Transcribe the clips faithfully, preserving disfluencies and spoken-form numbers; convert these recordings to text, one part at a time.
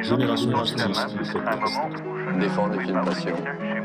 Génération Justice, le podcast. Défendre est une passion.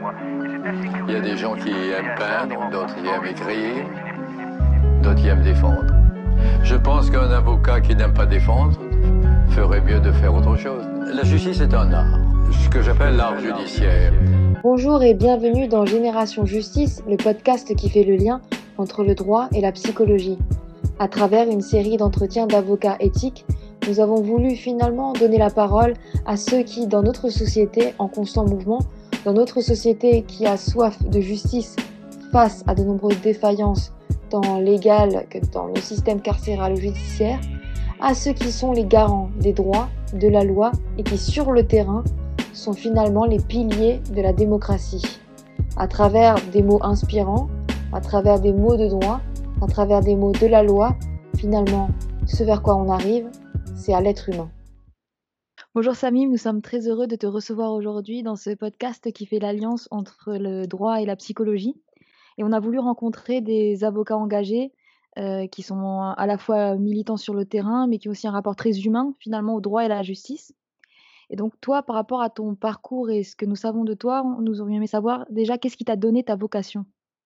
Il y a des gens qui aiment peindre, d'autres qui aiment écrire, d'autres qui aiment défendre. Je pense qu'un avocat qui n'aime pas défendre ferait mieux de faire autre chose. La justice est un art, ce que j'appelle l'art judiciaire. Bonjour et bienvenue dans Génération Justice, le podcast qui fait le lien entre le droit et la psychologie. À travers une série d'entretiens d'avocats éthiques, nous avons voulu finalement donner la parole à ceux qui, dans notre société en constant mouvement, dans notre société qui a soif de justice face à de nombreuses défaillances tant légales que dans le système carcéral ou judiciaire, à ceux qui sont les garants des droits, de la loi et qui, sur le terrain, sont finalement les piliers de la démocratie. À travers des mots inspirants, à travers des mots de droit, à travers des mots de la loi, finalement, ce vers quoi on arrive, c'est à l'être humain. Bonjour Samy, nous sommes très heureux de te recevoir aujourd'hui dans ce podcast qui fait l'alliance entre le droit et la psychologie. Et on a voulu rencontrer des avocats engagés euh, qui sont à la fois militants sur le terrain, mais qui ont aussi un rapport très humain finalement au droit et à la justice. Et donc toi, par rapport à ton parcours et ce que nous savons de toi, nous aurions aimé savoir déjà qu'est-ce qui t'a donné ta vocation.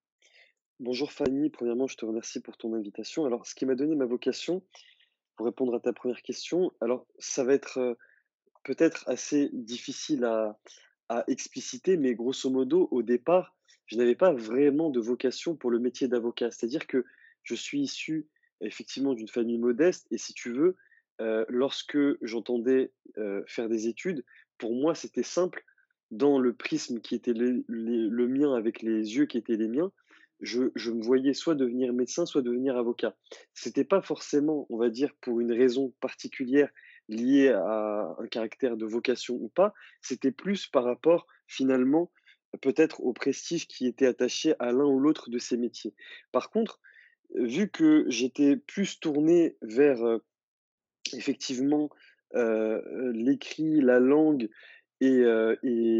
Bonjour Fanny, premièrement je te remercie pour ton invitation. Alors ce qui m'a donné ma vocation, pour répondre à ta première question, alors ça va être euh, peut-être assez difficile à, à expliciter, mais grosso modo, au départ, je n'avais pas vraiment de vocation pour le métier d'avocat. C'est-à-dire que je suis issu effectivement d'une famille modeste, et si tu veux, euh, lorsque j'entendais euh, faire des études, pour moi c'était simple, dans le prisme qui était le, les- le mien, avec les yeux qui étaient les miens, je, je me voyais soit devenir médecin, soit devenir avocat. C'était pas forcément, on va dire, pour une raison particulière lié à un caractère de vocation ou pas, c'était plus par rapport finalement peut-être au prestige qui était attaché à l'un ou l'autre de ces métiers. Par contre, vu que j'étais plus tourné vers euh, effectivement euh, l'écrit, la langue, et, euh,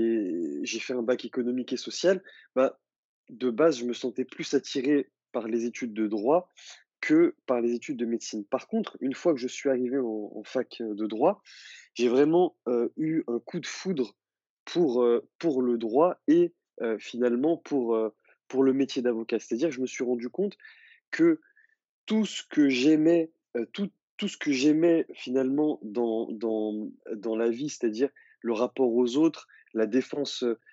et j'ai fait un bac économique et social, bah, de base, je me sentais plus attiré par les études de droit que par les études de médecine. Par contre, une fois que je suis arrivé en, en fac de droit, j'ai vraiment euh, eu un coup de foudre pour, euh, pour le droit et euh, finalement pour, euh, pour le métier d'avocat. C'est-à-dire que je me suis rendu compte que tout ce que j'aimais, heu, tout tout ce que j'aimais finalement dans dans dans la vie, c'est-à-dire le rapport aux autres, la défense, heu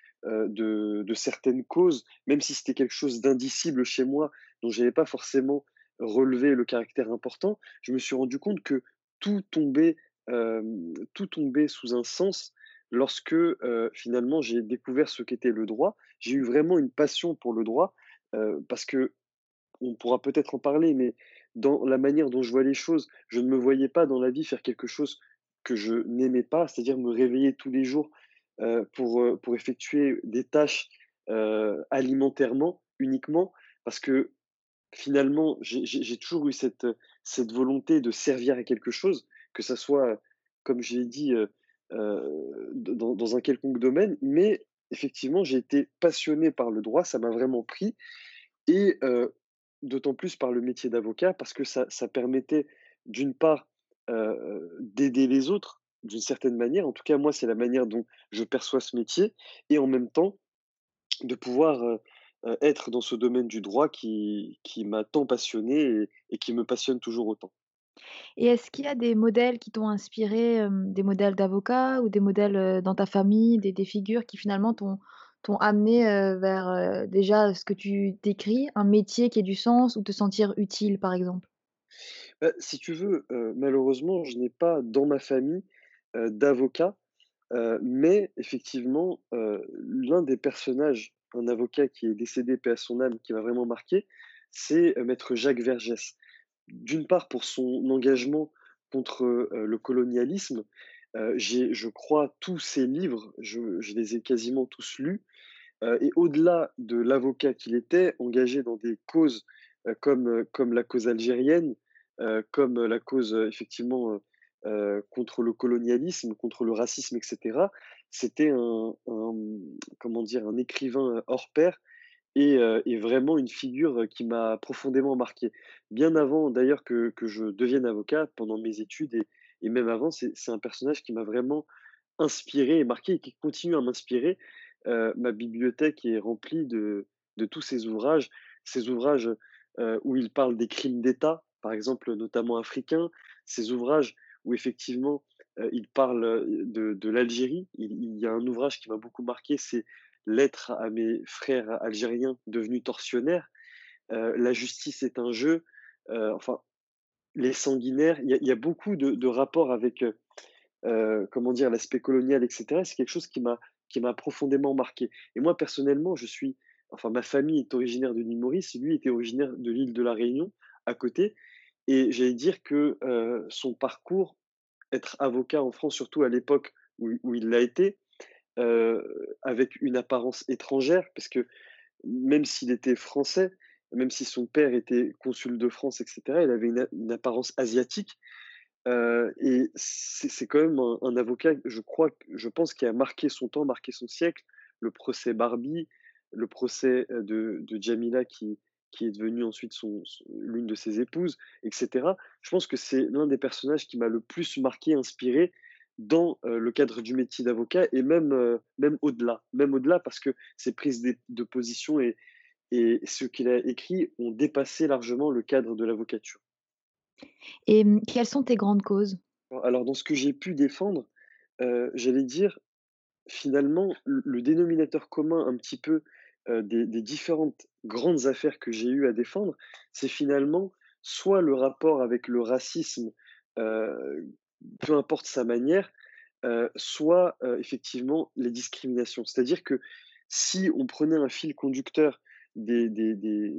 de de certaines causes, même si c'était quelque chose d'indicible chez moi, dont j'avais pas forcément relevé le caractère important, je me suis rendu compte que tout tombait, hem, tout tombait sous un sens lorsque, heu, finalement j'ai découvert ce qu'était le droit. J'ai eu vraiment une passion pour le droit, heu, parce que on pourra peut-être en parler, mais dans la manière dont je vois les choses, je ne me voyais pas dans la vie faire quelque chose que je n'aimais pas, c'est-à-dire me réveiller tous les jours, heu, pour, heu, pour effectuer des tâches, heu, alimentairement uniquement. Parce que finalement, j'ai j'ai j'ai toujours eu cette, cette volonté de servir à quelque chose, que ça soit, comme je l'ai dit, heu heu, dans dans un quelconque domaine. Mais effectivement, j'ai été passionné par le droit, ça m'a vraiment pris, et heu, d'autant plus par le métier d'avocat parce que ça ça permettait d'une part, heu d'aider les autres d'une certaine manière. En tout cas, moi, c'est la manière dont je perçois ce métier, et en même temps de pouvoir, heu heu, être dans ce domaine du droit qui qui m'a tant passionné et et qui me passionne toujours autant. Et est-ce qu'il y a des modèles qui t'ont inspiré, hem, des modèles d'avocats ou des modèles, heu, dans ta famille, des des figures qui finalement t'ont t'ont amené, heu, vers, heu, déjà ce que tu décris, un métier qui ait du sens ou te sentir utile, par exemple? Bah, si tu veux, heu, malheureusement, je n'ai pas dans ma famille, heu, d'avocat. Heu, mais effectivement, heu, l'un des personnages, un avocat qui est décédé, paix à son âme, qui m'a vraiment marqué, c'est, heu, maître Jacques Vergès. D'une part pour son engagement contre, heu, le colonialisme, heu, j'ai je crois tous ses livres, je je les ai quasiment tous lus, heu et au-delà de l'avocat qu'il était, engagé dans des causes, heu, comme, heu, comme la cause algérienne, heu, comme, heu, la cause, heu, effectivement, heu heu, contre le colonialisme, contre le racisme et cetera. C'était un un, mmh, comment dire? Un écrivain, heu, hors pair, et heu et vraiment une figure, heu, qui m'a profondément marqué. Bien avant d'ailleurs que que je devienne avocat, pendant mes études, et et même avant, c'est c'est un personnage qui m'a vraiment inspiré et marqué et qui continue à m'inspirer. Heu, ma bibliothèque est remplie de de tous ces ouvrages, ces ouvrages, heu, où il parle des crimes d'État, par exemple, notamment africains, ces ouvrages où effectivement, heu, il parle, heu, de de l'Algérie. Il il y a un ouvrage qui m'a beaucoup marqué, c'est «Lettres à mes frères algériens devenus tortionnaires». Heu, «La justice est un jeu», heu, enfin, «Les sanguinaires». Il y a il y a beaucoup de de rapports avec, heu heu, comment dire? L'aspect colonial et cetera. C'est quelque chose qui m'a qui m'a profondément marqué et moi, personnellement, je suis enfin, ma famille est originaire de l'île Maurice, lui était originaire de l'île de la Réunion, à côté et j'allais dire que, heu, son parcours, être avocat en France, surtout à l'époque où où il l'a été, heu, avec une apparence étrangère, parce que même s'il était français, même si son père était consul de France et cetera, il avait une a une apparence asiatique, heu et c'est c'est quand même un un avocat, je crois, je pense, qui a marqué son temps, marqué son siècle. Le procès Barbie, le procès, heu, de de Djamila qui qui est devenue ensuite son son l'une de ses épouses et cetera. Je pense que c'est l'un des personnages qui m'a le plus marqué, inspiré dans, heu, le cadre du métier d'avocat et même, heu, même au-delà. Même au-delà parce que ses prises dé de position et et ce qu'il a écrit ont dépassé largement le cadre de l'avocature. Et mmh, quelles sont tes grandes causes? Alors dans ce que j'ai pu défendre, heu, j'allais dire finalement le le dénominateur commun un petit peu, heu, des des différentes grandes affaires que j'ai eu à défendre, c'est finalement soit le rapport avec le racisme, heu, peu importe sa manière, heu, soit, heu, effectivement les discriminations. C'est-à-dire que si on prenait un fil conducteur des des des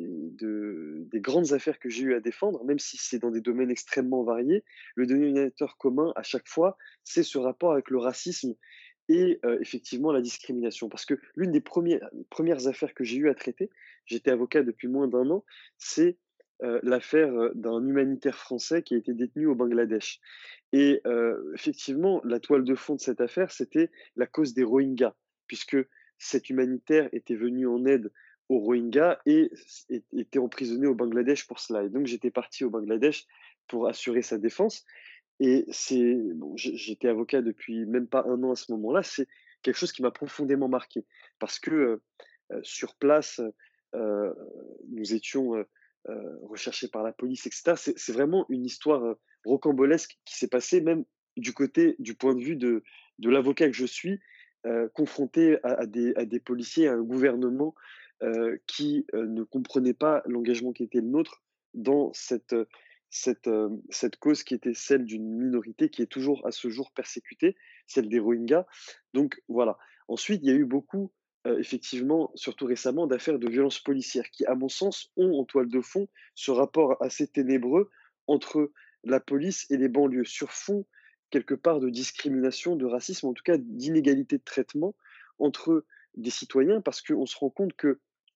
de des grandes affaires que j'ai eu à défendre, même si c'est dans des domaines extrêmement variés, le dénominateur commun à chaque fois, c'est ce rapport avec le racisme et heu, effectivement la discrimination. Parce que l'une des premières premières affaires que j'ai eu à traiter, j'étais avocat depuis moins d'un an, c'est, heu, l'affaire, heu, d'un humanitaire français qui a été détenu au Bangladesh. Et heu, effectivement, la toile de fond de cette affaire, c'était la cause des Rohingyas, puisque cet humanitaire était venu en aide aux Rohingyas et s é était emprisonné au Bangladesh pour cela et donc j'étais parti au Bangladesh pour assurer sa défense et c'est bon, j'ai j'étais avocat depuis même pas un an à ce moment-là, c'est quelque chose qui m'a profondément marqué parce que, heu heu, sur place, heu nous étions, heu heu, recherchés par la police et cetera. C'est c'est vraiment une histoire, heu, rocambolesque qui s'est passée même du côté du point de vue de de l'avocat que je suis, heu, confronté à à des à des policiers, à un gouvernement, heu, qui, heu, ne comprenait pas l'engagement qui était le nôtre dans cette, cette, hem, cette cause qui était celle d'une minorité qui est toujours à ce jour persécutée, celle des Rohingyas. Donc voilà. Ensuite, il y a eu beaucoup, heu, effectivement, surtout récemment, d'affaires de violences policières qui, à mon sens, ont en toile de fond ce rapport assez ténébreux entre la police et les banlieues, sur fond, quelque part, de discrimination, de racisme, en tout cas d'inégalité de traitement entre des citoyens. Parce qu'on se rend compte que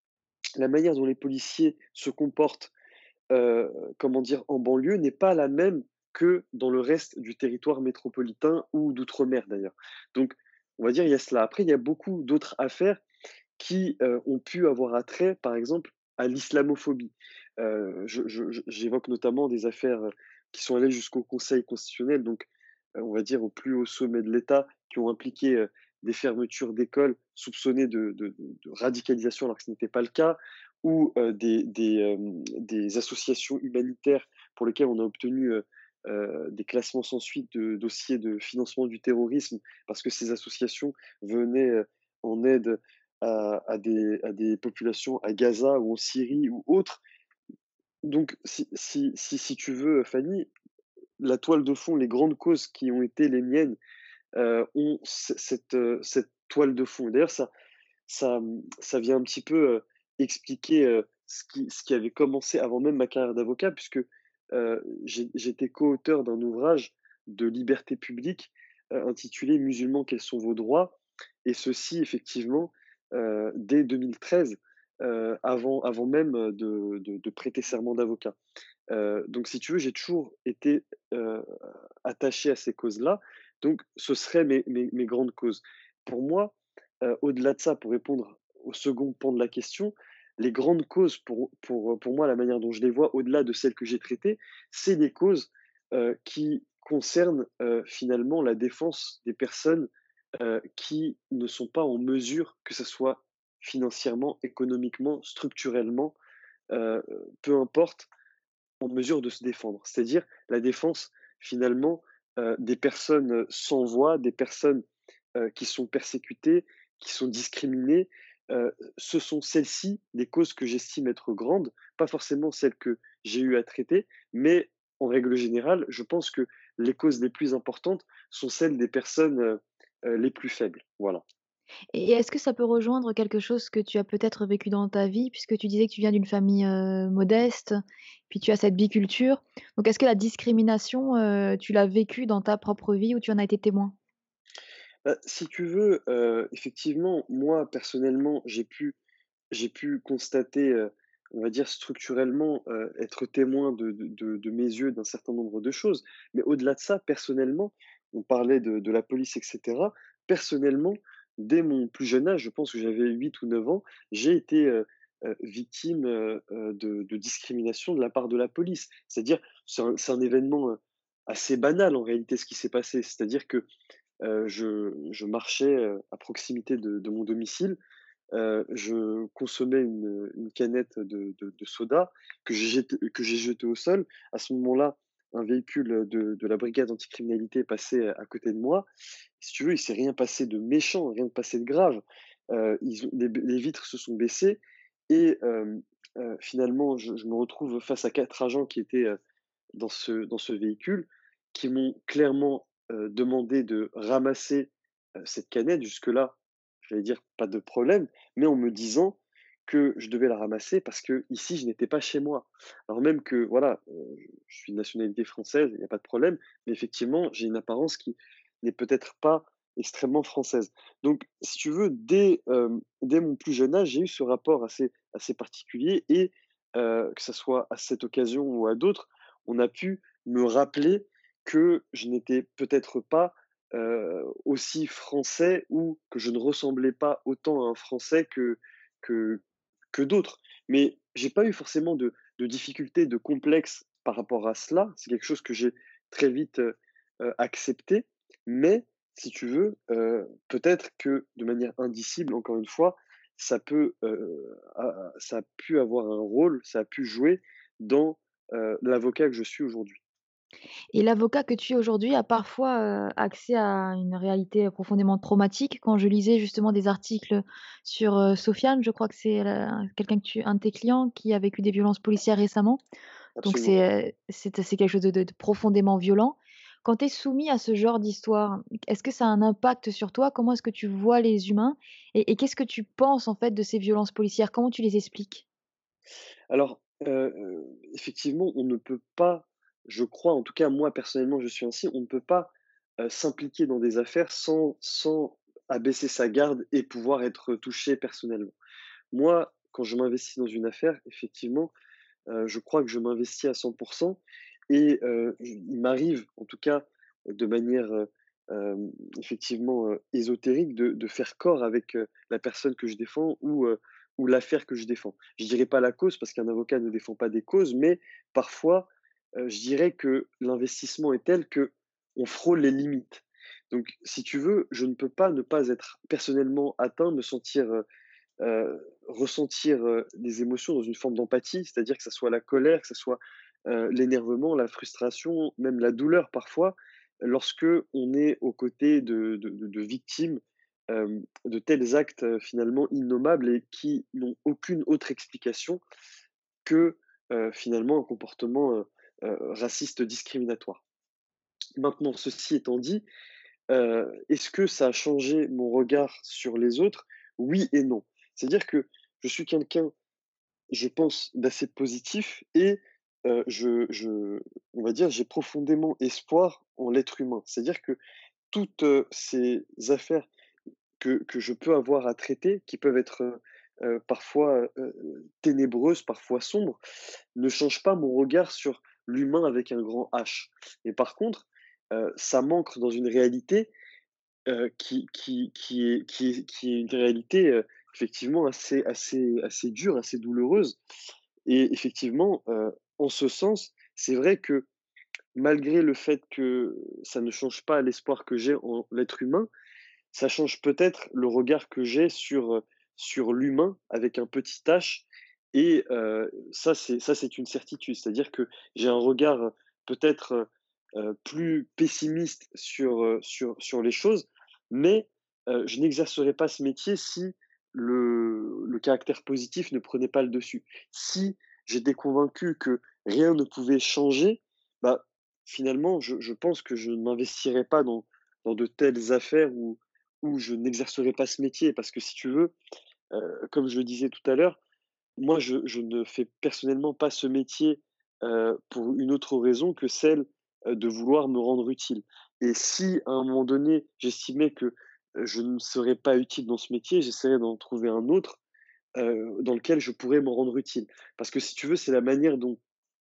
la manière dont les policiers se comportent, heu, comment dire? En banlieue n'est pas la même que dans le reste du territoire métropolitain ou d'outre-mer d'ailleurs. Donc on va dire il y a cela. Après il y a beaucoup d'autres affaires qui, heu, ont pu avoir attrait, par exemple, à l'islamophobie. Heu, je je je j'évoque notamment des affaires, heu, qui sont allées jusqu'au Conseil constitutionnel, donc heu, on va dire au plus haut sommet de l'État, qui ont impliqué, heu, des fermetures d'écoles soupçonnées de de de de radicalisation alors que ce n'était pas le cas ou heu, des des, hem, des associations humanitaires pour lesquelles on a obtenu, heu heu, des classements sans suite de dossiers de financement du terrorisme parce que ces associations venaient, heu, en aide à à des à des populations à Gaza ou en Syrie ou autres. Donc si si si si tu veux, Fanny, la toile de fond, les grandes causes qui ont été les miennes, heu, ont c cette, heu, cette toile de fond. D'ailleurs ça ça, mmh, ça vient un petit peu, heu, expliquer, heu, ce qui ce qui avait commencé avant même ma carrière d'avocat puisque, heu, j'ai j'étais coauteur d'un ouvrage de liberté publique, heu, intitulé «Musulmans, quels sont vos droits?» et ceci effectivement, heu, dès deux mille treize, heu, avant avant même, de de de prêter serment d'avocat. Heu, donc si tu veux, j'ai toujours été, heu, attaché à ces causes-là, donc ce seraient mes mes mes grandes causes. Pour moi, heu, au-delà de ça, pour répondre au second pan de la question, les grandes causes pour pour, pour moi, la manière dont je les vois, au-delà de celles que j'ai traitées, c'est des causes, heu, qui concernent, heu, finalement la défense des personnes, heu, qui ne sont pas en mesure, que ce soit financièrement, économiquement, structurellement, heu, peu importe, en mesure de se défendre. C'est-à-dire la défense finalement, heu, des personnes, heu, sans voix, des personnes, heu, qui sont persécutées, qui sont discriminées, heu, ce sont celles-ci les causes que j'estime être grandes, pas forcément celles que j'ai eu à traiter, mais en règle générale, je pense que les causes les plus importantes sont celles des personnes, heu heu, les plus faibles. Voilà. Et est-ce que ça peut rejoindre quelque chose que tu as peut-être vécu dans ta vie? Puisque tu disais que tu viens d'une famille, heu, modeste, puis tu as cette biculture. Donc est-ce que la discrimination, heu, tu l'as vécue dans ta propre vie ou tu en as été témoin? Bah, si tu veux, heu, effectivement, moi personnellement, j'ai pu j'ai pu constater, heu, on va dire structurellement, heu, être témoin de de de de mes yeux d'un certain nombre de choses. Mais au-delà de ça, personnellement, on parlait de de la police et cetera. Personnellement, dès mon plus jeune âge, je pense que j'avais huit ou neuf ans, j'ai été, heu heu, victime, heu heu, de de discrimination de la part de la police. C'est-à-dire, c'est un c'est un événement, heu, assez banal en réalité ce qui s'est passé. C'est-à-dire que, heu, je je marchais, heu, à proximité de de mon domicile. Heu, je consommais une, une canette de de de soda que j'ai jeté que j'ai jetée au sol. À ce moment-là, un véhicule, de de la brigade anticriminalité est passé à côté de moi. Si tu veux, il s'est rien passé de méchant, rien de passé de grave. Heu, ils ont les les vitres se sont baissées et hem, heu, finalement, je je me retrouve face à quatre agents qui étaient, heu, dans ce dans ce véhicule, qui m'ont clairement, heu, demandé de ramasser, heu, cette canette. Jusque-là, j'allais dire pas de problème, mais en me disant que je devais la ramasser parce que ici je n'étais pas chez moi. Alors même que voilà, heu, je suis de nationalité française, il y a pas de problème, mais effectivement, j'ai une apparence qui n'est peut-être pas extrêmement française. Donc si tu veux, dès, hem, dès mon plus jeune âge, j'ai eu ce rapport assez assez particulier et heu, que ça soit à cette occasion ou à d'autres, on a pu me rappeler que je n'étais peut-être pas, heu, aussi français ou que je ne ressemblais pas autant à un Français que que que d'autres. Mais j'ai pas eu forcément de de difficultés, de complexes par rapport à cela. C'est quelque chose que j'ai très vite, heu heu, accepté. Mais si tu veux, heu, peut-être que de manière indicible, encore une fois, ça peut, heu, a ça a pu avoir un rôle, ça a pu jouer dans, heu, l'avocat que je suis aujourd'hui. Et l'avocat que tu es aujourd'hui a parfois, heu, accès à une réalité profondément traumatique. Quand je lisais justement des articles sur, heu, Sofiane, je crois que c'est la quelqu'un que tu un de tes clients qui a vécu des violences policières récemment. Donc Absolument. c'est, heu, c'est c'est quelque chose de de de profondément violent. Quand tu es soumis à ce genre d'histoire, est-ce que ça a un impact sur toi? Comment est-ce que tu vois les humains? Et et qu'est-ce que tu penses, en fait, de ces violences policières? Comment tu les expliques? Alors, heu heu, effectivement, on ne peut pas, je crois, en tout cas moi personnellement je suis ainsi, on ne peut pas, heu, s'impliquer dans des affaires sans sans abaisser sa garde et pouvoir être touché personnellement. Moi, quand je m'investis dans une affaire, effectivement, Heu, je crois que je m'investis à cent pour cent et heu, j il m'arrive, en tout cas, de manière, heu, hem, effectivement, heu, ésotérique de de faire corps avec, heu, la personne que je défends ou, heu, ou l'affaire que je défends. Je dirais pas la cause parce qu'un avocat ne défend pas des causes, mais parfois, heu, je dirais que l'investissement est tel que on frôle les limites. Donc si tu veux, je ne peux pas ne pas être personnellement atteint, me sentir, heu, ressentir, heu, des émotions dans une forme d'empathie, c'est-à-dire que ça soit la colère, que ça soit, heu, l'énervement, la frustration, même la douleur parfois, lorsque on est aux côtés de de de de victimes, hem, de tels actes, heu, finalement innommables et qui n'ont aucune autre explication que, heu, finalement un comportement, heu heu, raciste discriminatoire. Maintenant ceci étant dit, Heu, est-ce que ça a changé mon regard sur les autres? Oui et non. C'est-à-dire que je suis quelqu'un, je pense, d'assez positif et heu, je je on va dire, j'ai profondément espoir en l'être humain. C'est-à-dire que toutes, heu, ces affaires que que je peux avoir à traiter, qui peuvent être, heu heu, parfois, heu ténébreuses, parfois sombres, ne changent pas mon regard sur l'humain avec un grand H. Et par contre, heu, ça m'ancre dans une réalité Heu, qui qui qui est qui est qui est une réalité, heu, effectivement assez assez assez dure, assez douloureuse et effectivement, heu, en ce sens, c'est vrai que malgré le fait que ça ne change pas l'espoir que j'ai en l'être humain, ça change peut-être le regard que j'ai sur, heu, sur l'humain avec un petit H et heu, ça c'est ça c'est une certitude. C'est-à-dire que j'ai un regard, heu, peut-être, heu heu, plus pessimiste sur, heu, sur sur les choses, mais heu, je n'exercerai pas ce métier si le le caractère positif ne prenait pas le dessus. Si j'étais convaincu que rien ne pouvait changer, bah, finalement, je je pense que je ne m'investirais pas dans dans de telles affaires où où je n'exercerai pas ce métier. Parce que si tu veux, heu, comme je le disais tout à l'heure, moi je je ne fais personnellement pas ce métier, heu, pour une autre raison que celle, heu, de vouloir me rendre utile. Et si à un moment donné, j'estimais que, heu, je ne serais pas utile dans ce métier, j'essaierais d'en trouver un autre, heu, dans lequel je pourrais me rendre utile. Parce que si tu veux, c'est la manière dont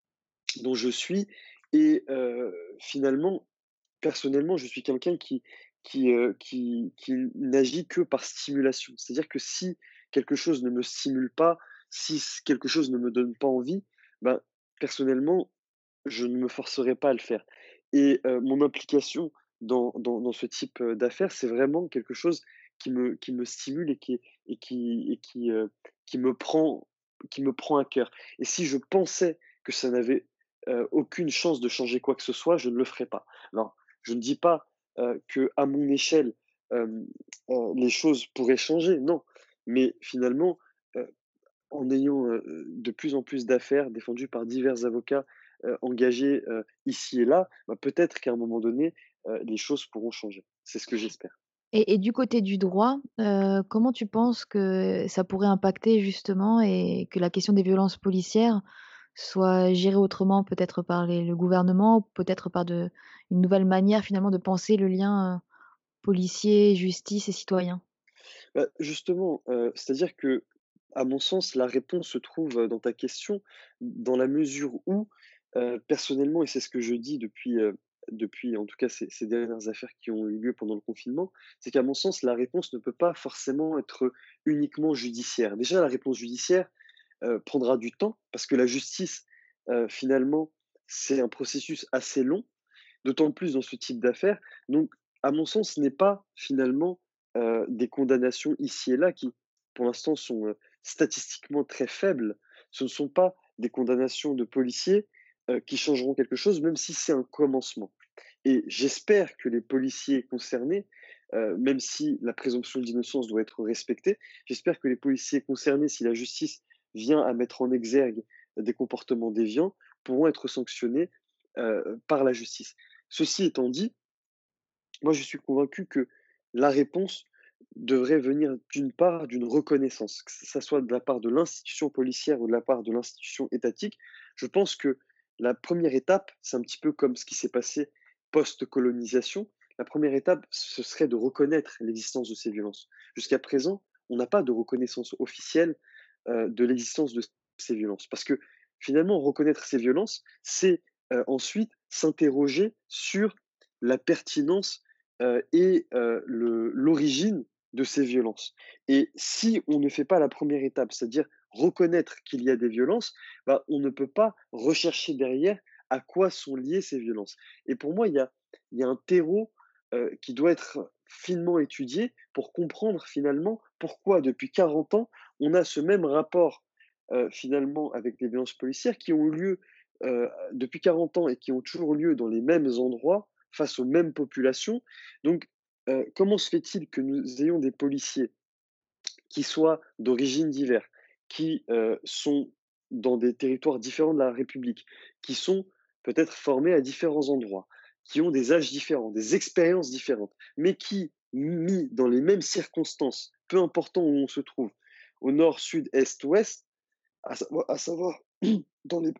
dont je suis et heu, finalement, personnellement, je suis quelqu'un qui qui, heu, qui qui n'agit que par stimulation. C'est-à-dire que si quelque chose ne me stimule pas, si c quelque chose ne me donne pas envie, ben, personnellement, je ne me forcerai pas à le faire. Et heu, mon implication dans dans dans ce type, heu, d'affaires, c'est vraiment quelque chose qui me qui me stimule et qui et qui et qui, heu, qui me prend qui me prend à cœur. Et si je pensais que ça n'avait, heu, aucune chance de changer quoi que ce soit, je ne le ferais pas. Alors, je ne dis pas, heu, qu'à mon échelle, hem, heu, les choses pourraient changer, non. Mais finalement, heu, en ayant, heu de plus en plus d'affaires défendues par divers avocats, heu, engagés, heu, ici et là, bah, peut-être qu'à un moment donné, heu, les choses pourront changer. C'est ce que j'espère. Et et du côté du droit, heu, comment tu penses que ça pourrait impacter justement et que la question des violences policières soit gérée autrement, peut-être par les le gouvernement, ou peut-être par de une nouvelle manière finalement de penser le lien, heu, policier, justice et citoyen? Bah, justement, heu, c'est-à-dire que, à mon sens, la réponse se trouve, heu, dans ta question, dans la mesure où, heu, personnellement et c'est ce que je dis depuis, heu, depuis en tout cas ces ces dernières affaires qui ont eu lieu pendant le confinement, c'est qu'à mon sens, la réponse ne peut pas forcément être uniquement judiciaire. Déjà, la réponse judiciaire, heu, prendra du temps parce que la justice, heu, finalement, c'est un processus assez long, d'autant plus dans ce type d'affaires. Donc, à mon sens, ce n'est pas finalement, heu, des condamnations ici et là qui, pour l'instant, sont, heu, statistiquement très faibles. Ce ne sont pas des condamnations de policiers, heu, qui changeront quelque chose, même si c'est un commencement. Et j'espère que les policiers concernés, heu, même si la présomption d'innocence doit être respectée, j'espère que les policiers concernés, si la justice vient à mettre en exergue des comportements déviants, pourront être sanctionnés, heu, par la justice. Ceci étant dit, moi je suis convaincu que la réponse devrait venir d'une part d'une reconnaissance, que ça soit de la part de l'institution policière ou de la part de l'institution étatique. Je pense que la première étape, c'est un petit peu comme ce qui s'est passé post-colonisation. La première étape, ce serait de reconnaître l'existence de ces violences. Jusqu'à présent, on n'a pas de reconnaissance officielle, heu, de l'existence de ces violences. Parce que finalement, reconnaître ces violences, c'est, heu, ensuite s'interroger sur la pertinence, heu et heu, le l'origine de ces violences. Et si on ne fait pas la première étape, c'est-à-dire reconnaître qu'il y a des violences, bah, on ne peut pas rechercher derrière à quoi sont liées ces violences. Et pour moi, il y a il y a un terreau, heu, qui doit être finement étudié pour comprendre finalement pourquoi depuis quarante ans, on a ce même rapport, heu, finalement avec les violences policières qui ont eu lieu, heu, depuis quarante ans et qui ont toujours lieu dans les mêmes endroits, face aux mêmes populations. Donc, heu, comment se fait-il que nous ayons des policiers qui soient d'origines diverses, qui, heu, sont dans des territoires différents de la République, qui sont peut-être formés à différents endroits, qui ont des âges différents, des expériences différentes, mais qui, mis dans les mêmes circonstances, peu importe où on se trouve, au nord, sud, est, ouest, à savoir à savoir dans les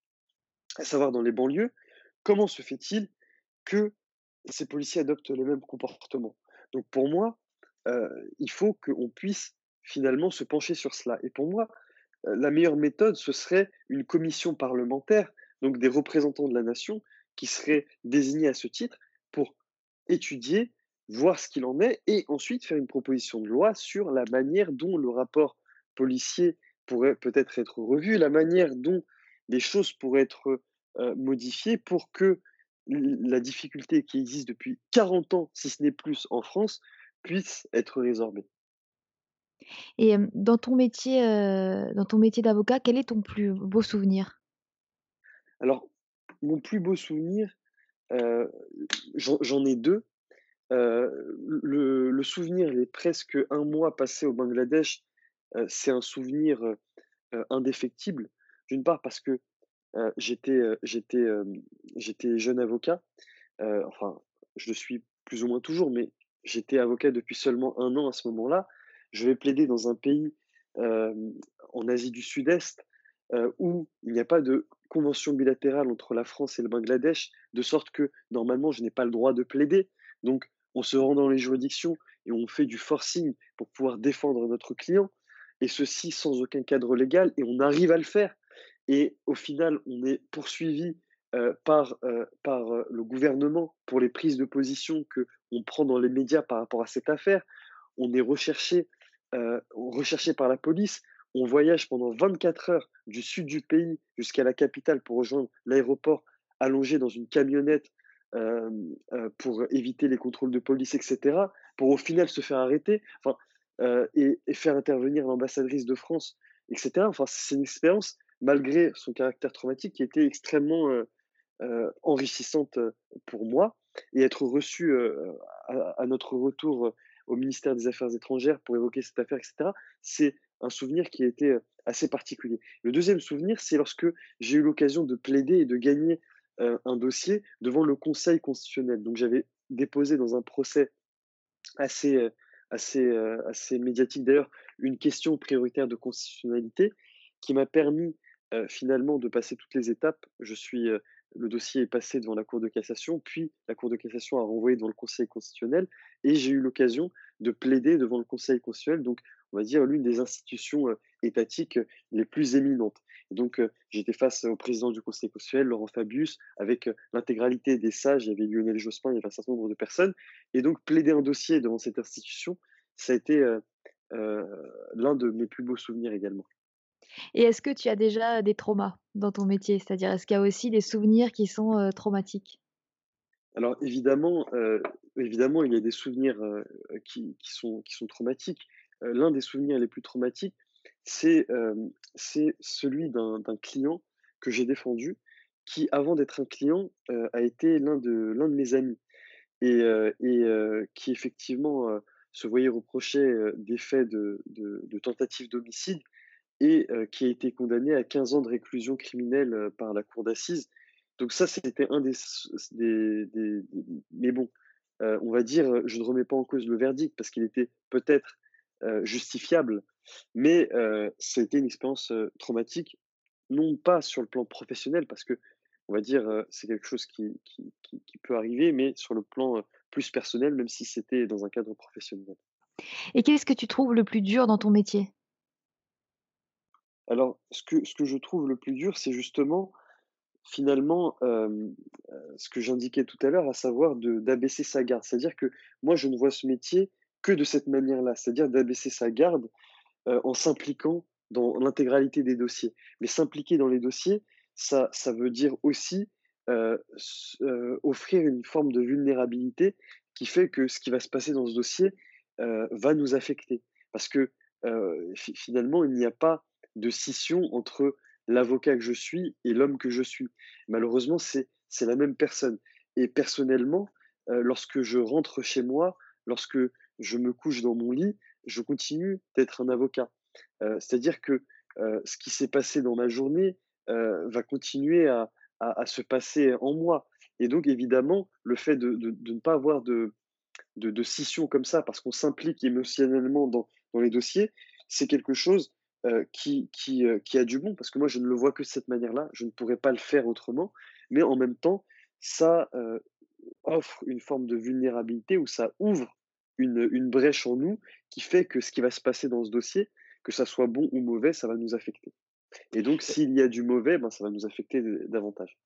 à savoir dans les banlieues, comment se fait-il que ces policiers adoptent les mêmes comportements? Donc pour moi, heu, il faut qu'on puisse finalement se pencher sur cela. Et pour moi, heu, la meilleure méthode, ce serait une commission parlementaire, donc des représentants de la nation qui seraient désignés à ce titre pour étudier, voir ce qu'il en est et ensuite faire une proposition de loi sur la manière dont le rapport policier pourrait peut-être être revu, la manière dont les choses pourraient être, heu, modifiées pour que l la difficulté qui existe depuis quarante ans, si ce n'est plus en France, puisse être résorbée. Et hem, dans ton métier, heu, dans ton métier d'avocat, quel est ton plus beau souvenir? Alors, mon plus beau souvenir, heu, j'en j'en ai deux. Heu, le le souvenir, les presque un mois passé au Bangladesh, heu, c'est un souvenir, heu heu, indéfectible. D'une part parce que, heu, j'étais, heu, j'étais, hem, j'étais jeune avocat, heu, enfin, je le suis plus ou moins toujours, mais j'étais avocat depuis seulement un an à ce moment-là. Je vais plaider dans un pays, hem, en Asie du Sud-Est, heu, où il n'y a pas de convention bilatérale entre la France et le Bangladesh, de sorte que, normalement, je n'ai pas le droit de plaider. Donc on se rend dans les juridictions et on fait du forcing pour pouvoir défendre notre client, et ceci sans aucun cadre légal, et on arrive à le faire. Et au final, on est poursuivi, heu, par, heu, par, heu, le gouvernement pour les prises de position qu'on prend dans les médias par rapport à cette affaire. On est recherché, heu, recherché par la police. On voyage pendant vingt-quatre heures du sud du pays jusqu'à la capitale pour rejoindre l'aéroport, allongé dans une camionnette, hem, heu, pour éviter les contrôles de police et cetera, pour au final se faire arrêter, enfin, heu et et faire intervenir l'ambassadrice de France et cetera. Enfin, c'est une expérience, malgré son caractère traumatique, qui était extrêmement, heu heu, enrichissante, heu, pour moi, et être reçu, heu, à à notre retour, heu, au ministère des Affaires étrangères pour évoquer cette affaire et cetera, c'est un souvenir qui a été, heu, assez particulier. Le deuxième souvenir, c'est lorsque j'ai eu l'occasion de plaider et de gagner, heu, un dossier devant le Conseil constitutionnel. Donc j'avais déposé dans un procès assez, heu, assez, heu, assez médiatique d'ailleurs, une question prioritaire de constitutionnalité qui m'a permis, heu, finalement de passer toutes les étapes. Je suis, heu, le dossier est passé devant la Cour de cassation, puis la Cour de cassation a renvoyé devant le Conseil constitutionnel, et j'ai eu l'occasion de plaider devant le Conseil constitutionnel, donc on va dire l'une des institutions, heu, étatiques, heu, les plus éminentes. Et donc, heu, j'étais face au président du Conseil constitutionnel, Laurent Fabius, avec, heu, l'intégralité des sages. Il y avait Lionel Jospin, il y avait un certain nombre de personnes, et donc plaider un dossier devant cette institution, ça a été, heu heu, l'un de mes plus beaux souvenirs également. Et est-ce que tu as déjà des traumas dans ton métier? C'est-à-dire, est-ce qu'il y a aussi des souvenirs qui sont, heu, traumatiques? Alors évidemment, heu, évidemment, il y a des souvenirs, heu, qui qui sont qui sont traumatiques. Heu, l'un des souvenirs les plus traumatiques, c'est, hem, c'est celui d'un d'un client que j'ai défendu, qui, avant d'être un client, heu, a été l'un de l'un de mes amis, et heu et heu, qui effectivement, heu, se voyait reprocher, heu, des faits de de de tentative d'homicide, et heu, qui a été condamné à quinze ans de réclusion criminelle, heu, par la cour d'assises. Donc ça, c'était un des s des des des mais bon, heu, on va dire, heu, je ne remets pas en cause le verdict parce qu'il était peut-être, heu, justifiable, mais heu, ça a été une expérience, heu, traumatique, non pas sur le plan professionnel parce que on va dire, heu, c'est quelque chose qui qui qui qui peut arriver, mais sur le plan, heu, plus personnel, même si c'était dans un cadre professionnel. Et qu'est-ce que tu trouves le plus dur dans ton métier? Alors, ce que ce que je trouve le plus dur, c'est justement, finalement, hem, heu, ce que j'indiquais tout à l'heure, à savoir de d'abaisser sa garde. C'est-à-dire que moi, je ne vois ce métier que de cette manière-là, c'est-à-dire d'abaisser sa garde, heu, en s'impliquant dans l'intégralité des dossiers. Mais s'impliquer dans les dossiers, ça ça veut dire aussi, heu, s heu, offrir une forme de vulnérabilité qui fait que ce qui va se passer dans ce dossier, heu, va nous affecter. Parce que, heu, fi finalement, il n'y a pas de scission entre l'avocat que je suis et l'homme que je suis. Malheureusement, c'est c'est la même personne, et personnellement, heu, lorsque je rentre chez moi, lorsque je me couche dans mon lit, je continue d'être un avocat. Heu, c'est-à-dire que, heu, ce qui s'est passé dans ma journée, heu, va continuer à à à se passer en moi, et donc évidemment, le fait de de de ne pas avoir de de de scission comme ça, parce qu'on s'implique émotionnellement dans dans les dossiers, c'est quelque chose, heu, qui qui, heu, qui a du bon. Parce que moi, je ne le vois que de cette manière-là, je ne pourrais pas le faire autrement, mais en même temps, ça, heu, offre une forme de vulnérabilité, où ça ouvre une, une brèche en nous qui fait que ce qui va se passer dans ce dossier, que ça soit bon ou mauvais, ça va nous affecter. Et donc, Et s'il y a du mauvais, ben, ça va nous affecter d- davantage.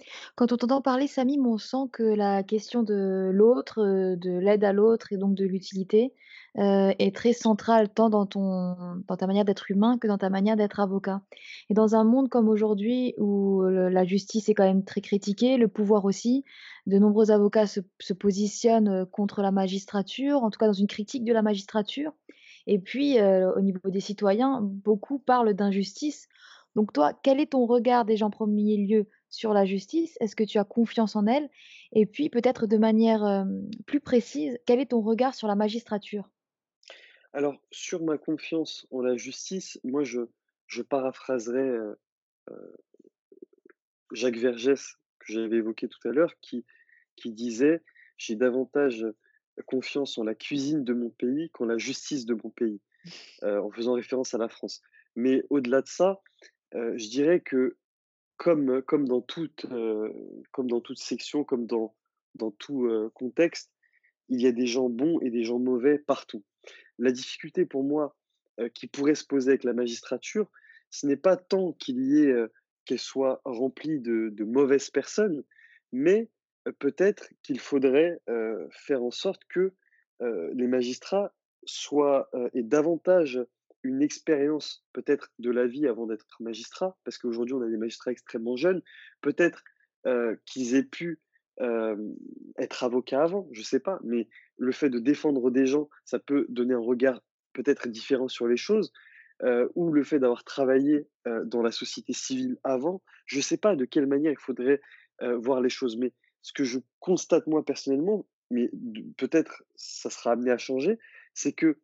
Quand on t'entend parler, Samim, on sent que la question de l'autre, heu, de l'aide à l'autre et donc de l'utilité, heu, est très centrale tant dans ton dans ta manière d'être humain que dans ta manière d'être avocat. Et dans un monde comme aujourd'hui où le la justice est quand même très critiquée, le pouvoir aussi, de nombreux avocats se se positionnent, heu, contre la magistrature, en tout cas dans une critique de la magistrature. Et puis, heu, au niveau des citoyens, beaucoup parlent d'injustice. Donc toi, quel est ton regard déjà en premier lieu sur la justice? Est-ce que tu as confiance en elle? Et puis peut-être de manière, hem, plus précise, quel est ton regard sur la magistrature? Alors, sur ma confiance en la justice, moi, je je paraphraserais, heu heu, Jacques Vergès, que j'avais évoqué tout à l'heure, qui qui disait: «J'ai davantage, confiance en la cuisine de mon pays qu'en la justice de mon pays», heu, en faisant référence à la France. Mais au-delà de ça, heu, je dirais que comme, comme dans toute, heu, comme dans toute section, comme dans dans tout, heu, contexte, il y a des gens bons et des gens mauvais partout. La difficulté pour moi, heu, qui pourrait se poser avec la magistrature, ce n'est pas tant qu'il y ait, heu, qu'elle soit remplie de de mauvaises personnes, mais, heu, peut-être qu'il faudrait, heu, faire en sorte que, heu, les magistrats soient, heu, aient davantage une expérience peut-être de la vie avant d'être magistrats, parce qu'aujourd'hui on a des magistrats extrêmement jeunes. Peut-être, heu, qu'ils aient pu, hem, être avocats avant, je sais pas, mais le fait de défendre des gens, ça peut donner un regard peut-être différent sur les choses, heu, ou le fait d'avoir travaillé, heu, dans la société civile avant. Je ne sais pas de quelle manière il faudrait, heu, voir les choses, mais ce que je constate moi personnellement, mais de peut-être ça sera amené à changer, c'est qu'on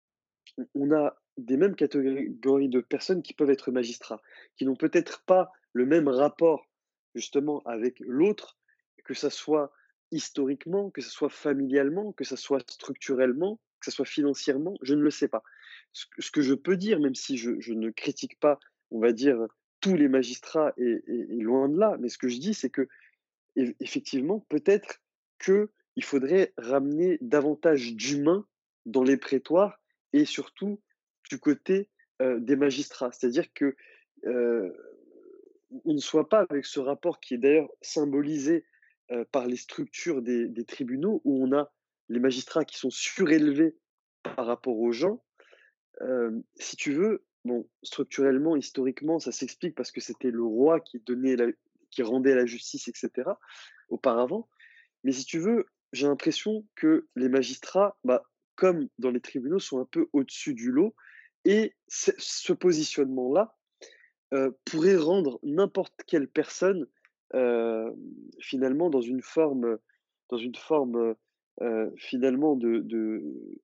on a des mêmes catégories de personnes qui peuvent être magistrats, qui n'ont peut-être pas le même rapport justement avec l'autre, que ça soit historiquement, que ça soit familialement, que ça soit structurellement, que ça soit financièrement, je ne le sais pas. Ce que ce que je peux dire, même si je je ne critique pas, on va dire, tous les magistrats et et et loin de là, mais ce que je dis, c'est que eff effectivement, peut-être qu'il faudrait ramener davantage d'humains dans les prétoires et surtout du côté, heu, des magistrats. C'est-à-dire que, heu, on ne soit pas avec ce rapport qui est d'ailleurs symbolisé, heu, par les structures des des tribunaux où on a les magistrats qui sont surélevés par rapport aux gens. Hem, si tu veux, bon, structurellement, historiquement, ça s'explique parce que c'était le roi qui donnait la qui rendait la justice et cetera, auparavant. Mais si tu veux, j'ai l'impression que les magistrats, bah, comme dans les tribunaux, sont un peu au-dessus du lot et ce ce positionnement-là, heu, pourrait rendre n'importe quelle personne, heu, finalement dans une forme, dans une forme, heu heu, finalement de de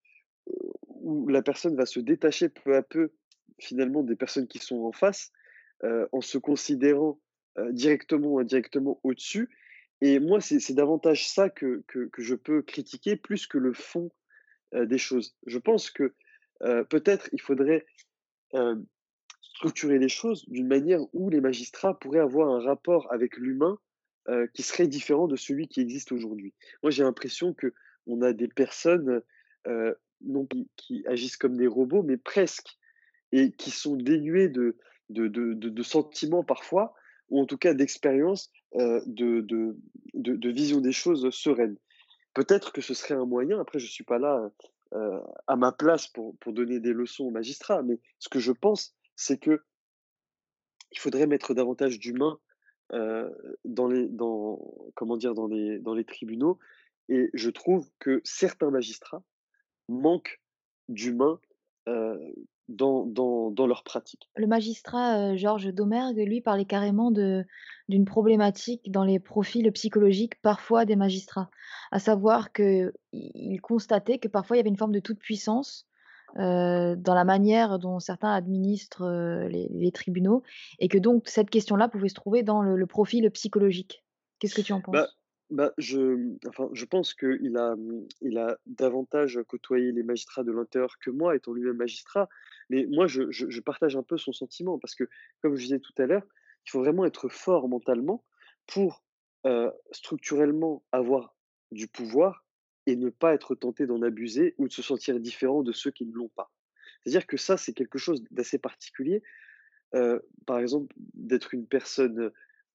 où la personne va se détacher peu à peu, finalement, des personnes qui sont en face, heu, en se considérant, heu, directement ou indirectement au-dessus. Et moi, c'est c'est davantage ça que que que je peux critiquer plus que le fond, heu, des choses. Je pense que, heu, peut-être il faudrait, heu, structurer les choses d'une manière où les magistrats pourraient avoir un rapport avec l'humain, heu, qui serait différent de celui qui existe aujourd'hui. Moi, j'ai l'impression que on a des personnes, heu, non qui qui agissent comme des robots, mais presque, et qui sont dénuées de de de de de sentiments parfois, ou en tout cas d'expérience, heu, de de de de vision des choses sereine. Peut-être que ce serait un moyen, après je suis pas là, heu, à ma place pour pour donner des leçons aux magistrats, mais ce que je pense, c'est que il faudrait mettre davantage d'humains, heu, dans les dans comment dire? Dans les dans les tribunaux, et je trouve que certains magistrats manquent d'humains, heu, dans dans dans leur pratique. Le magistrat, heu, Georges Domergue, lui, parlait carrément de d'une problématique dans les profils psychologiques, parfois, des magistrats. À savoir qu'il il constatait que parfois il y avait une forme de toute-puissance, heu, dans la manière dont certains administrent, heu, les les tribunaux et que donc cette question-là pouvait se trouver dans le le profil psychologique. Qu'est-ce que tu en Bah penses? bah, je enfin, je pense qu'il a, mmh, il a davantage côtoyé les magistrats de l'intérieur que moi, étant lui-même magistrat. Mais moi, je je je partage un peu son sentiment parce que, comme je disais tout à l'heure, il faut vraiment être fort mentalement pour, heu, structurellement avoir du pouvoir et ne pas être tenté d'en abuser ou de se sentir différent de ceux qui ne l'ont pas. C'est-à-dire que ça, c'est quelque chose d'assez particulier. Heu, par exemple, d'être une personne,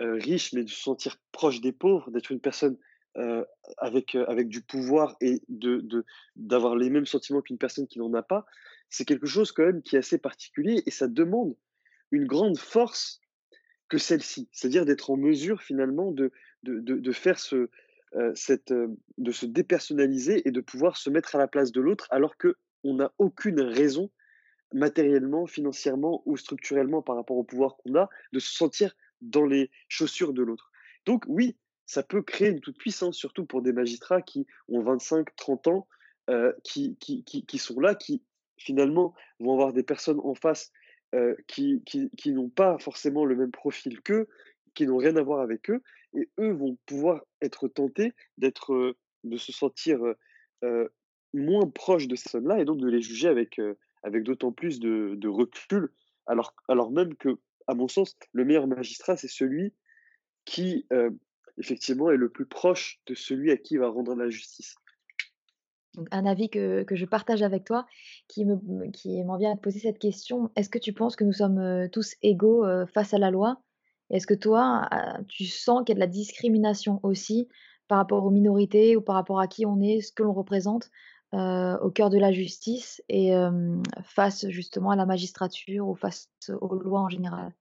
heu, riche, mais de se sentir proche des pauvres, d'être une personne, heu, avec, heu, avec du pouvoir et de de d'avoir les mêmes sentiments qu'une personne qui n'en a pas, c'est quelque chose quand même qui est assez particulier et ça demande une grande force que celle-ci. C'est-à-dire d'être en mesure finalement de de de de faire ce, heu, cette, heu, de se dépersonnaliser et de pouvoir se mettre à la place de l'autre alors qu'on n'a aucune raison matériellement, financièrement ou structurellement par rapport au pouvoir qu'on a, de se sentir dans les chaussures de l'autre. Donc oui, ça peut créer une toute-puissance, surtout pour des magistrats qui ont vingt-cinq, trente ans, heu, qui qui qui qui sont là, qui finalement vont avoir des personnes en face, heu, qui qui qui n'ont pas forcément le même profil qu'eux, qui n'ont rien à voir avec eux et eux vont pouvoir être tentés d'être, heu, de se sentir, heu heu, moins proches de ces personnes-là et donc de les juger avec, heu, avec d'autant plus de de recul, alors alors même que, à mon sens, le meilleur magistrat, c'est celui qui, heu, effectivement est le plus proche de celui à qui il va rendre la justice. Donc un avis que que je partage avec toi, qui me m qui m'en vient à te poser cette question. Est-ce que tu penses que nous sommes, heu, tous égaux, heu, face à la loi? Est-ce que toi, ah, tu sens qu'il y a de la discrimination aussi par rapport aux minorités ou par rapport à qui on est, ce que l'on représente, heu, au cœur de la justice et hem, face justement à la magistrature ou face aux lois en général?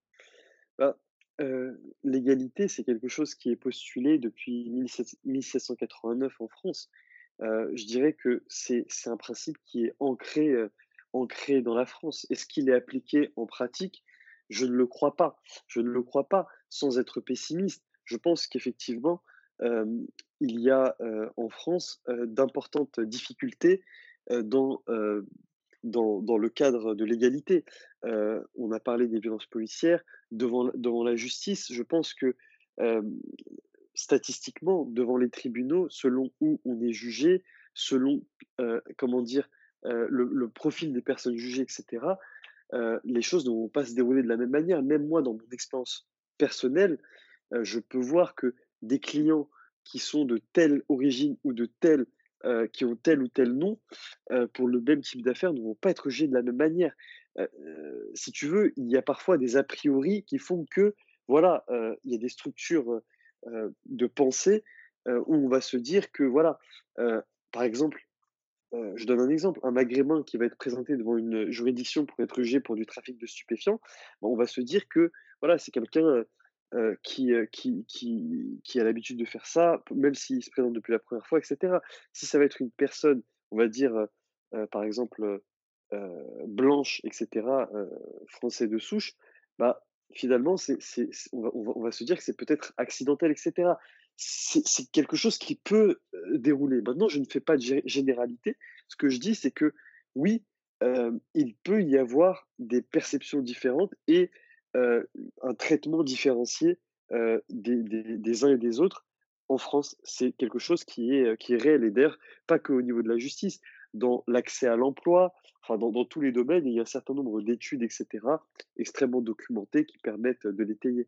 Bah, heu, l'égalité, c'est quelque chose qui est postulé depuis mille sept mille sept cent quatre-vingt-neuf en France. Heu, je dirais que c'est c'est un principe qui est ancré, heu, ancré dans la France. Est-ce qu'il est appliqué en pratique? Je ne le crois pas. Je ne le crois pas, sans être pessimiste. Je pense qu'effectivement, hem, il y a, heu, en France, heu, d'importantes difficultés, heu, dans, heu, dans dans le cadre de l'égalité. Heu, on a parlé des violences policières. Devant la devant la justice, je pense que, hem, statistiquement, devant les tribunaux, selon où on est jugé, selon, heu, comment dire? Heu, le le profil des personnes jugées et cetera, heu, les choses ne vont pas se dérouler de la même manière. Même moi, dans mon expérience personnelle, heu, je peux voir que des clients qui sont de telle origine ou de telle, heu, qui ont tel ou tel nom, heu, pour le même type d'affaires, ne vont pas être jugés de la même manière. Heu, heu, si tu veux, il y a parfois des a priori qui font que, voilà, heu, il y a des structures, heu heu, de pensée, heu, où on va se dire que, voilà, heu, par exemple, Heu, je donne un exemple, un maghrébin qui va être présenté devant une juridiction pour être jugé pour du trafic de stupéfiants, bon, on va se dire que, voilà, c'est quelqu'un, heu heu, qui, heu, qui qui qui a l'habitude de faire ça, p même s'il se présente depuis la première fois et cetera. Si ça va être une personne, on va dire, heu heu, par exemple, heu heu, blanche et cetera, heu, français de souche, bah, finalement, c'est c'est c'est on va on va on va se dire que c'est peut-être accidentel et cetera. C'est c'est quelque chose qui peut, heu, dérouler. Maintenant, je ne fais pas de gé généralité. Ce que je dis, c'est que oui, hem, il peut y avoir des perceptions différentes et heu, un traitement différencié, heu, des des des uns et des autres en France. C'est quelque chose qui est, heu, qui est réel et d'ailleurs pas qu'au niveau de la justice. Dans l'accès à l'emploi, enfin dans dans tous les domaines, il y a un certain nombre d'études et cetera, extrêmement documentées qui permettent de l'étayer.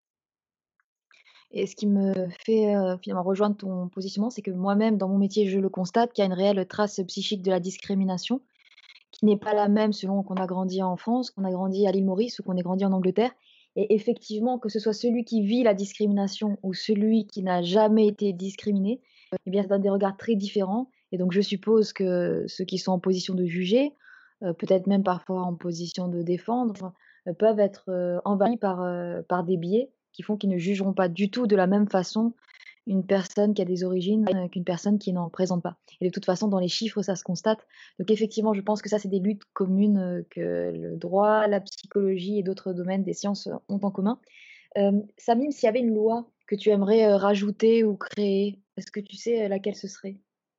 Et ce qui me fait, heu, finalement rejoindre ton positionnement, c'est que moi-même, dans mon métier, je le constate qu'il y a une réelle trace psychique de la discrimination, qui n'est pas la même selon qu'on a grandi en France, qu'on a grandi à l'île Maurice ou qu'on ait grandi en Angleterre. Et effectivement, que ce soit celui qui vit la discrimination ou celui qui n'a jamais été discriminé, eh bien, ça donne des regards très différents. Et donc, je suppose que ceux qui sont en position de juger, heu, peut-être même parfois en position de défendre, heu, peuvent être, heu, envahis par, heu, par des biais qui font qu'ils ne jugeront pas du tout de la même façon une personne qui a des origines, heu, qu'une personne qui n'en présente pas. Et de toute façon, dans les chiffres, ça se constate. Donc effectivement, je pense que ça, c'est des luttes communes, heu, que le droit, la psychologie et d'autres domaines des sciences, heu, ont en commun. Hem, Samim, s'il y avait une loi que tu aimerais, heu, rajouter ou créer, est-ce que tu sais, heu, laquelle ce serait?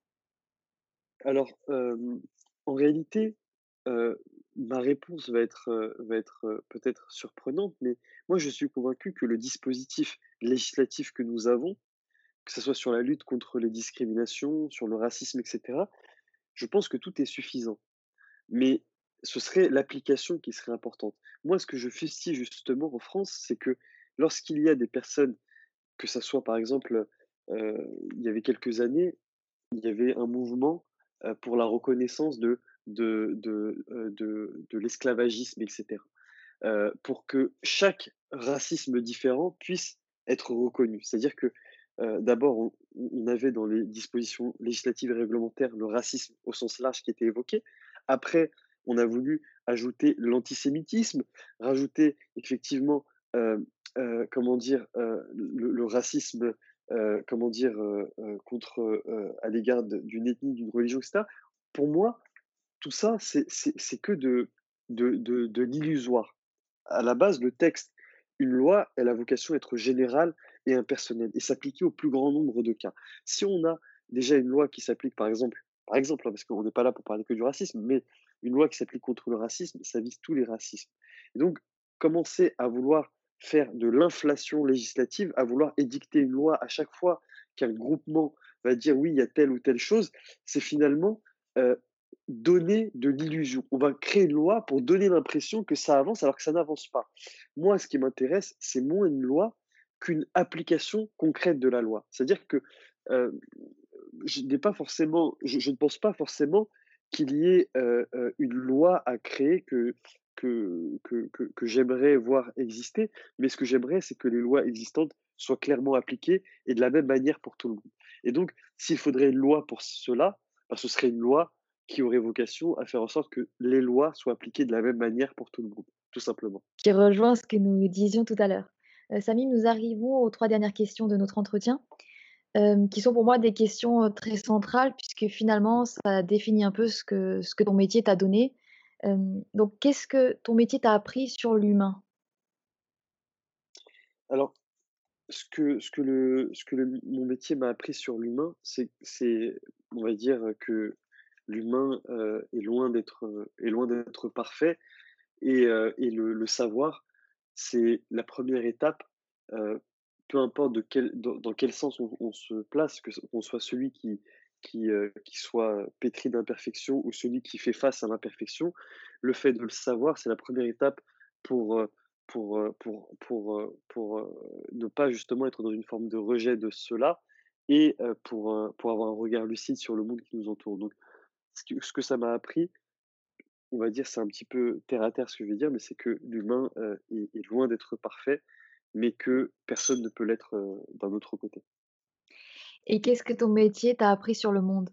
Alors, hem, en réalité, heu, ma réponse va être, heu, va être, heu, peut-être surprenante, mais moi je suis convaincu que le dispositif législatif que nous avons, que ce soit sur la lutte contre les discriminations, sur le racisme et cetera, je pense que tout est suffisant. Mais ce serait l'application qui serait importante. Moi, ce que je fustige justement en France, c'est que lorsqu'il y a des personnes, que ça soit par exemple, heu, il y avait quelques années, il y avait un mouvement, heu, pour la reconnaissance de de de, heu, de de l'esclavagisme et cetera. Heu, pour que chaque, racismes différents puissent être reconnus. C'est-à-dire que, heu, d'abord, on on avait dans les dispositions législatives et réglementaires le racisme au sens large qui était évoqué. Après, on a voulu ajouter l'antisémitisme, rajouter effectivement, heu heu, comment dire? Heu, le le racisme, heu, comment dire? Heu heu, contre, heu, à l'égard de d'une ethnie, d'une religion et cetera. Pour moi, tout ça, c'est c'est c'est que de de de de l'illusoire. À la base, le texte, une loi, elle a vocation à être générale et impersonnelle et s'appliquer au plus grand nombre de cas. Si on a déjà une loi qui s'applique, par exemple par exemple, hein, parce qu'on n'est pas là pour parler que du racisme, mais une loi qui s'applique contre le racisme, ça vise tous les racismes. Et donc, commencer à vouloir faire de l'inflation législative, à vouloir édicter une loi à chaque fois qu'un groupement va dire: «Oui, il y a telle ou telle chose», c'est finalement, heu, donner de l'illusion. On va créer une loi pour donner l'impression que ça avance alors que ça n'avance pas. Moi, ce qui m'intéresse, c'est moins une loi qu'une application concrète de la loi. C'est-à-dire que, heu, je n'ai pas forcément je je ne pense pas forcément qu'il y ait, heu heu, une loi à créer que que que que que j'aimerais voir exister, mais ce que j'aimerais, c'est que les lois existantes soient clairement appliquées et de la même manière pour tout le monde. Et donc, s'il faudrait une loi pour cela, bah, ce serait une loi qui aurait vocation à faire en sorte que les lois soient appliquées de la même manière pour tout le monde, tout simplement. Qui rejoint ce que nous disions tout à l'heure. Heu, Samy, nous arrivons aux trois dernières questions de notre entretien, hem, qui sont pour moi des questions, heu, très centrales puisque finalement ça définit un peu ce que ce que ton métier t'a donné. Hem, donc qu'est-ce que ton métier t'a appris sur l'humain? Alors, ce que ce que le ce que le mon métier m'a appris sur l'humain, c'est c'est on va dire, que l'humain, heu, est loin d'être, heu, est loin d'être parfait et heu et le le savoir, c'est la première étape, heu, peu importe de quel dans dans quel sens on on se place, que ce qu'on soit celui qui qui, heu, qui soit pétri d'imperfection ou celui qui fait face à l'imperfection. Le fait de le savoir, c'est la première étape pour, heu, pour, heu, pour pour, heu, pour, heu, ne pas justement être dans une forme de rejet de cela et heu, pour, heu, pour avoir un regard lucide sur le monde qui nous entoure. Donc ce que ce que ça m'a appris, on va dire, c'est un petit peu terre à terre ce que je vais dire, mais c'est que l'humain, heu, est est loin d'être parfait, mais que personne ne peut l'être, heu, d'un autre côté. Et qu'est-ce que ton métier t'a appris sur le monde?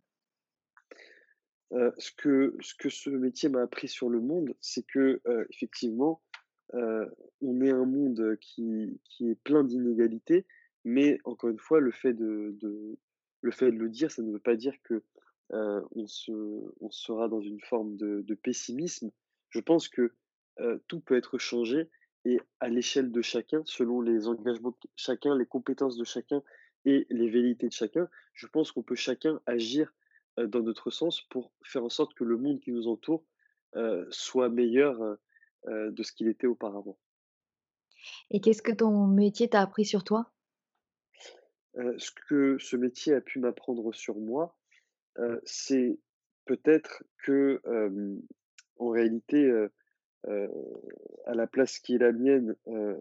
Heu, ce que ce que ce métier m'a appris sur le monde, c'est que, heu, effectivement, heu, on est un monde, qui qui est plein d'inégalités, mais encore une fois, le fait de de le fait de le dire, ça ne veut pas dire que, heu, on se on sera dans une forme de de pessimisme. Je pense que, heu, tout peut être changé et à l'échelle de chacun, selon les engagements de chacun, les compétences de chacun et les velléités de chacun, je pense qu'on peut chacun agir, heu, dans notre sens pour faire en sorte que le monde qui nous entoure, heu, soit meilleur, heu heu, de ce qu'il était auparavant. Et qu'est-ce que ton métier t'a appris sur toi? Heu, ce que ce métier a pu m'apprendre sur moi, heu, c'est peut-être que, hem, en réalité, heu heu, à la place qui est la mienne, heu,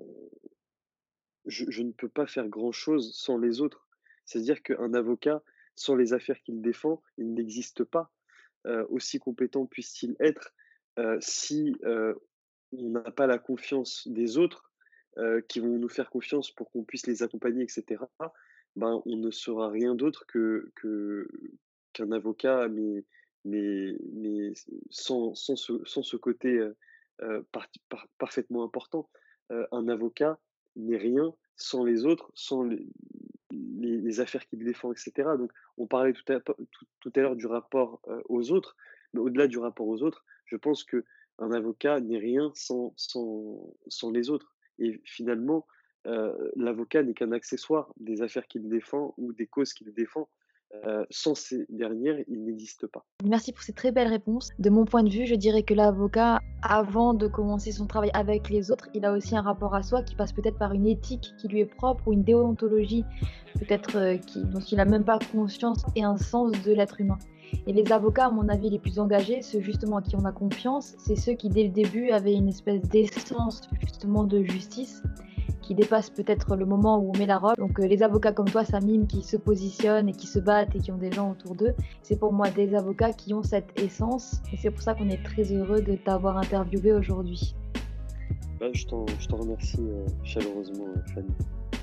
je je ne peux pas faire grand-chose sans les autres. C'est-à-dire qu'un avocat, sans les affaires qu'il défend, il n'existe pas. Heu, aussi compétent puisse-t-il être, heu, si, heu, on n'a pas la confiance des autres, heu, qui vont nous faire confiance pour qu'on puisse les accompagner et cetera, ben, on ne sera rien d'autre que que qu'un avocat, mais mais mais sans sans ce sans ce côté, heu heu, parti par parfaitement important. Heu, un avocat n'est rien sans les autres, sans les les les affaires qu'il défend et cetera. Donc on parlait tout à tout tout à l'heure du rapport, heu, aux autres, mais au-delà du rapport aux autres, je pense qu'un avocat n'est rien sans sans sans les autres et finalement, heu, l'avocat n'est qu'un accessoire des affaires qu'il défend ou des causes qu'il défend. Heu, sans ces dernières, il n'existe pas. Merci pour cette très belle réponse. De mon point de vue, je dirais que l'avocat, avant de commencer son travail avec les autres, il a aussi un rapport à soi qui passe peut-être par une éthique qui lui est propre ou une déontologie peut-être euh, qui, dont il n'a même pas conscience et un sens de l'être humain. Et les avocats, à mon avis, les plus engagés, ceux justement à qui on a confiance, c'est ceux qui dès le début avaient une espèce d'essence justement de justice qui dépasse peut-être le moment où on met la robe. Donc euh, les avocats comme toi, Samim, qui se positionnent et qui se battent et qui ont des gens autour d'eux, c'est pour moi des avocats qui ont cette essence et c'est pour ça qu'on est très heureux de t'avoir interviewé aujourd'hui. Bah, je t'en je t'en remercie, heu, chaleureusement, heu, Fanny.